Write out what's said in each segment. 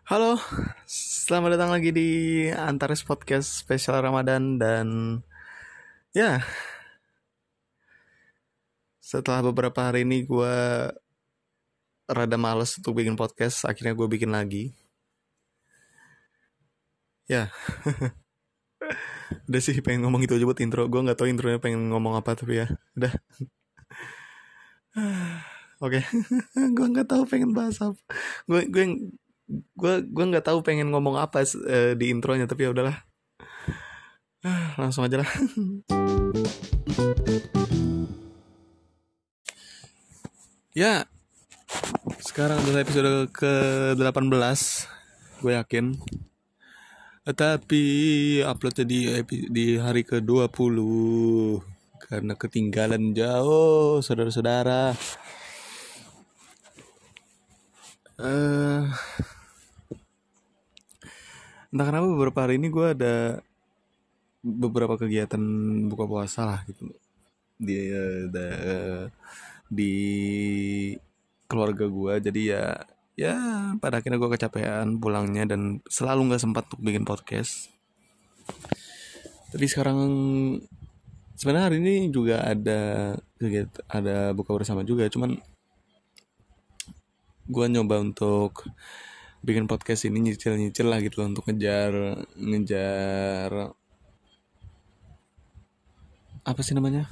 Halo, selamat datang lagi di Antares Podcast spesial Ramadan dan ya setelah beberapa hari ini gue rada males untuk bikin podcast, akhirnya gue bikin lagi. Ya, udah sih pengen ngomong itu aja buat intro. Gue nggak tahu intronya pengen ngomong apa tapi ya, udah. Oke, gue nggak tahu pengen bahas apa. Gue nggak tahu pengen ngomong apa di intronya tapi ya udahlah, langsung aja lah. Ya, sekarang adalah episode ke-18, gue yakin. Tapi uploadnya di hari ke-20 karena ketinggalan jauh, saudara-saudara. Entah kenapa beberapa hari ini gue ada beberapa kegiatan buka puasa lah gitu di keluarga gue, jadi ya pada akhirnya gue kecapean pulangnya dan selalu nggak sempat untuk bikin podcast. Tapi sekarang sebenarnya hari ini juga ada kegiatan, ada buka bersama juga, cuman gue nyoba untuk bikin podcast ini nyicil-nyicil lah gitu loh, untuk ngejar ngejar apa sih namanya,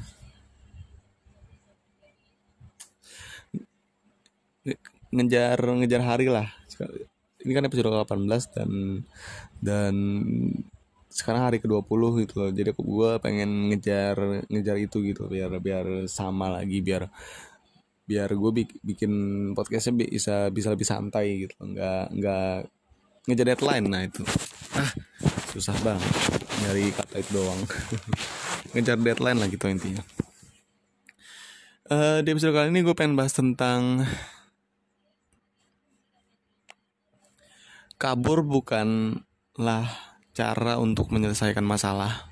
ngejar ngejar hari lah. Ini kan episode 18 dan sekarang hari ke-20 gitu loh. Jadi gue pengen ngejar ngejar itu gitu, biar biar sama lagi, biar biar gue bikin podcastnya bisa bisa lebih santai gitu, nggak ngejar deadline. Nah itu susah banget nyari kata itu doang. Ngejar deadline lah gitu intinya. Di episode kali ini gue pengen bahas tentang kabur bukanlah cara untuk menyelesaikan masalah.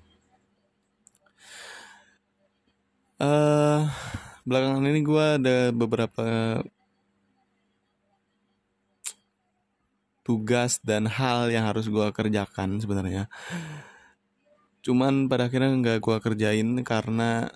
Belakangan ini gue ada beberapa tugas dan hal yang harus gue kerjakan sebenarnya. Cuman pada akhirnya nggak gue kerjain karena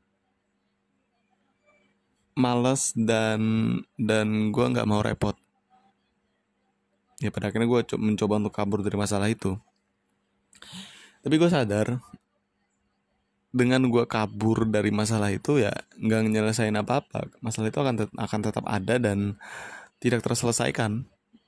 malas dan gue nggak mau repot. Ya pada akhirnya gue mencoba untuk kabur dari masalah itu. Tapi gue sadar dengan gue kabur dari masalah itu ya nggak nyelesain apa-apa. Masalah itu akan tetap ada dan tidak terselesaikan.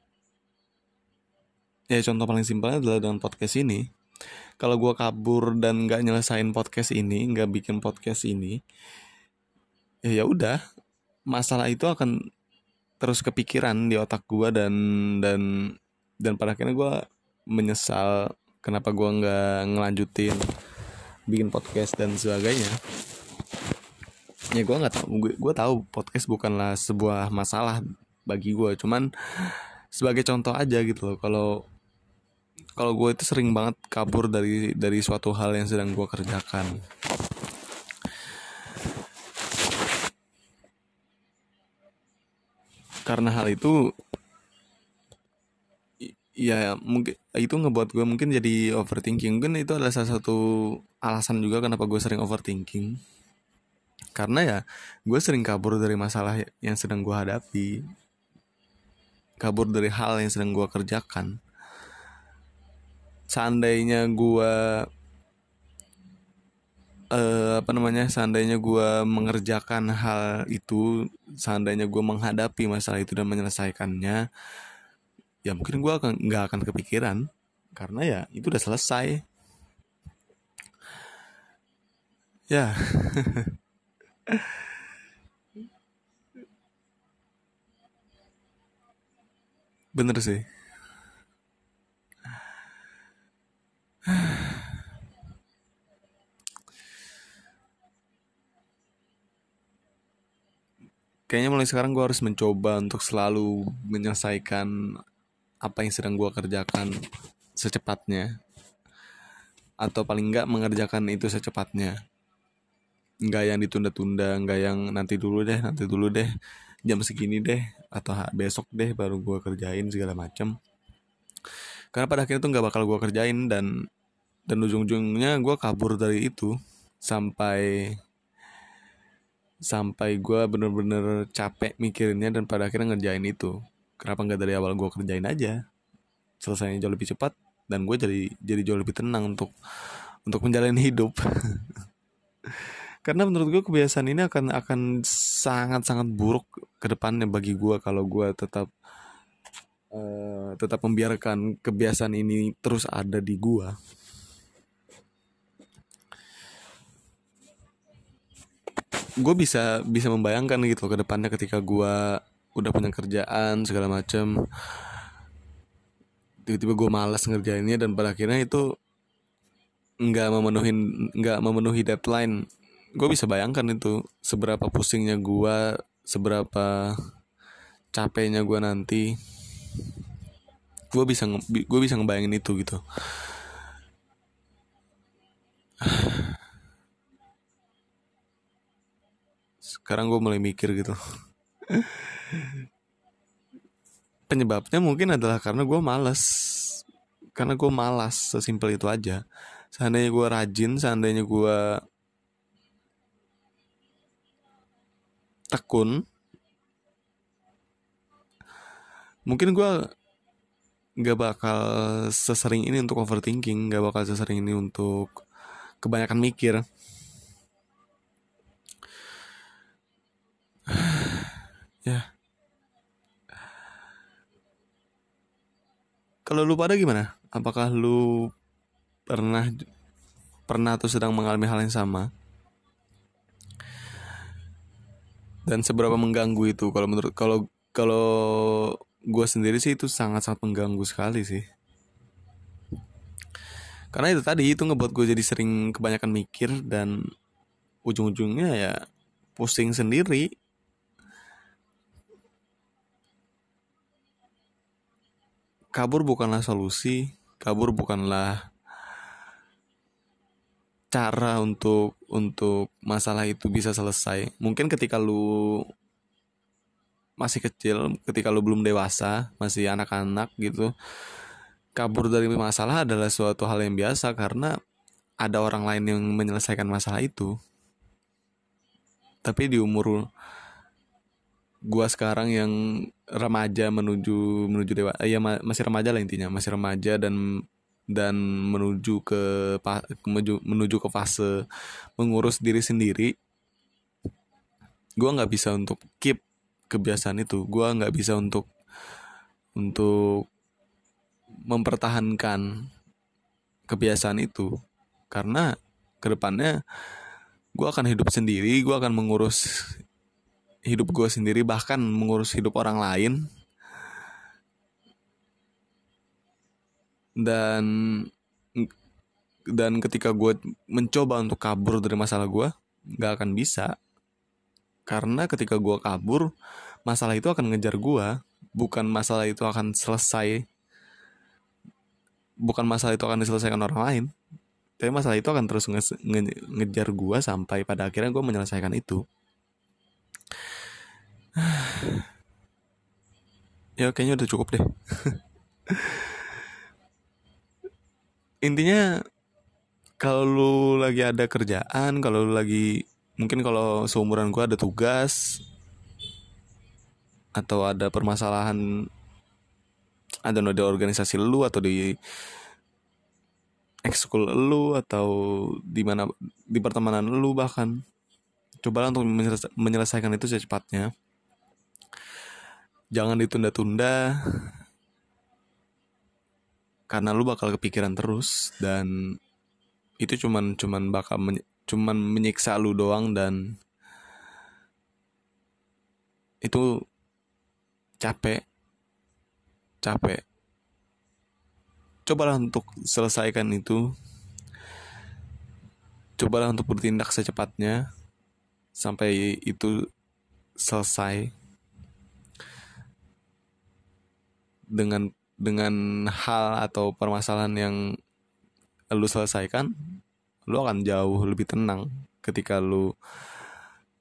Ya contoh paling simpelnya adalah dengan podcast ini. Kalau gue kabur dan nggak nyelesain podcast ini, nggak bikin podcast ini, ya udah, masalah itu akan terus kepikiran di otak gue dan dan pada akhirnya gue menyesal kenapa gue nggak ngelanjutin bikin podcast dan sebagainya. Ya gue nggak tahu, gue tahu podcast bukanlah sebuah masalah bagi gue, cuman sebagai contoh aja gitu loh. Kalau gue itu sering banget kabur dari suatu hal yang sedang gue kerjakan. Karena hal itu ya mungkin itu ngebuat gue mungkin jadi overthinking. Mungkin itu adalah salah satu alasan juga kenapa gue sering overthinking. Karena ya gue sering kabur dari masalah yang sedang gue hadapi, kabur dari hal yang sedang gue kerjakan. Seandainya gue seandainya gue mengerjakan hal itu, seandainya gue menghadapi masalah itu dan menyelesaikannya, ya mungkin gue nggak akan kepikiran karena ya itu udah selesai. Ya. Bener sih. Kayaknya mulai sekarang gue harus mencoba untuk selalu menyelesaikan apa yang sedang gue kerjakan secepatnya, atau paling nggak mengerjakan itu secepatnya. Nggak yang ditunda-tunda, nggak yang nanti dulu deh, jam segini deh, atau besok deh baru gue kerjain segala macam. Karena pada akhirnya tuh nggak bakal gue kerjain, dan ujung-ujungnya gue kabur dari itu sampai gue bener-bener capek mikirinnya, dan pada akhirnya ngerjain itu. Kenapa nggak dari awal gue kerjain aja, selesainya jauh lebih cepat, dan gue jadi jauh lebih tenang untuk menjalani hidup. Karena menurut gue kebiasaan ini akan sangat-sangat buruk ke depannya bagi gue kalau gue tetap membiarkan kebiasaan ini terus ada di gue. Gue bisa membayangkan gitu ke depannya ketika gue udah punya kerjaan segala macam, tiba-tiba gue malas ngerjainnya, dan pada akhirnya itu nggak memenuhi deadline. Gue bisa bayangkan itu seberapa pusingnya gue, seberapa capeknya gue nanti. Gue bisa ngebayangin itu gitu. Sekarang gue mulai mikir gitu. Penyebabnya mungkin adalah karena gue malas. Karena gue malas, sesimpel itu aja. Seandainya gue rajin, seandainya gue tekun, mungkin gue gak bakal sesering ini untuk overthinking, gak bakal sesering ini untuk kebanyakan mikir. Ya. Kalau lu pada gimana? Apakah lu pernah atau sedang mengalami hal yang sama? Dan seberapa mengganggu itu? Kalau gue sendiri sih itu sangat-sangat mengganggu sekali sih. Karena itu tadi, itu ngebuat gue jadi sering kebanyakan mikir, dan ujung-ujungnya ya pusing sendiri. Kabur bukanlah solusi, kabur bukanlah cara untuk masalah itu bisa selesai. Mungkin ketika lu masih kecil, ketika lu belum dewasa, masih anak-anak gitu, kabur dari masalah adalah suatu hal yang biasa karena ada orang lain yang menyelesaikan masalah itu. Tapi di umur gua sekarang yang remaja menuju dewasa, ya masih remaja lah intinya, masih remaja, dan menuju ke fase mengurus diri sendiri. Gua nggak bisa untuk keep kebiasaan itu. Gua nggak bisa untuk mempertahankan kebiasaan itu, karena kedepannya gue akan hidup sendiri, gue akan mengurus hidup gue sendiri, bahkan mengurus hidup orang lain. Dan ketika gue mencoba untuk kabur dari masalah gue, gak akan bisa. Karena ketika gue kabur, masalah itu akan ngejar gue. Bukan masalah itu akan diselesaikan orang lain, tapi masalah itu akan terus ngejar gue sampai pada akhirnya gue menyelesaikan itu. Ya kayaknya udah cukup deh. Intinya kalau lu lagi ada kerjaan, kalau lu lagi, mungkin kalau seumuran gue ada tugas atau ada permasalahan, ada di organisasi lu atau di ekskul lu atau di mana, di pertemanan lu, bahkan cobalah untuk menyelesaikan itu secepatnya. Jangan ditunda-tunda, karena lu bakal kepikiran terus, dan itu cuman menyiksa lu doang, dan itu capek. Cobalah untuk selesaikan itu. Cobalah untuk bertindak secepatnya sampai itu selesai. Dengan hal atau permasalahan yang lu selesaikan, lu akan jauh lebih tenang ketika lu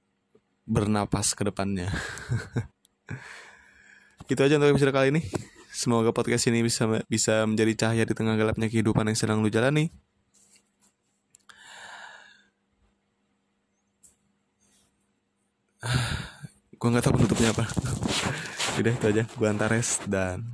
bernapas ke depannya. Itu aja untuk episode kali ini. Semoga podcast ini bisa menjadi cahaya di tengah gelapnya kehidupan yang sedang lu jalani. Gue nggak tahu penutupnya apa. Udah itu aja, gue antares dan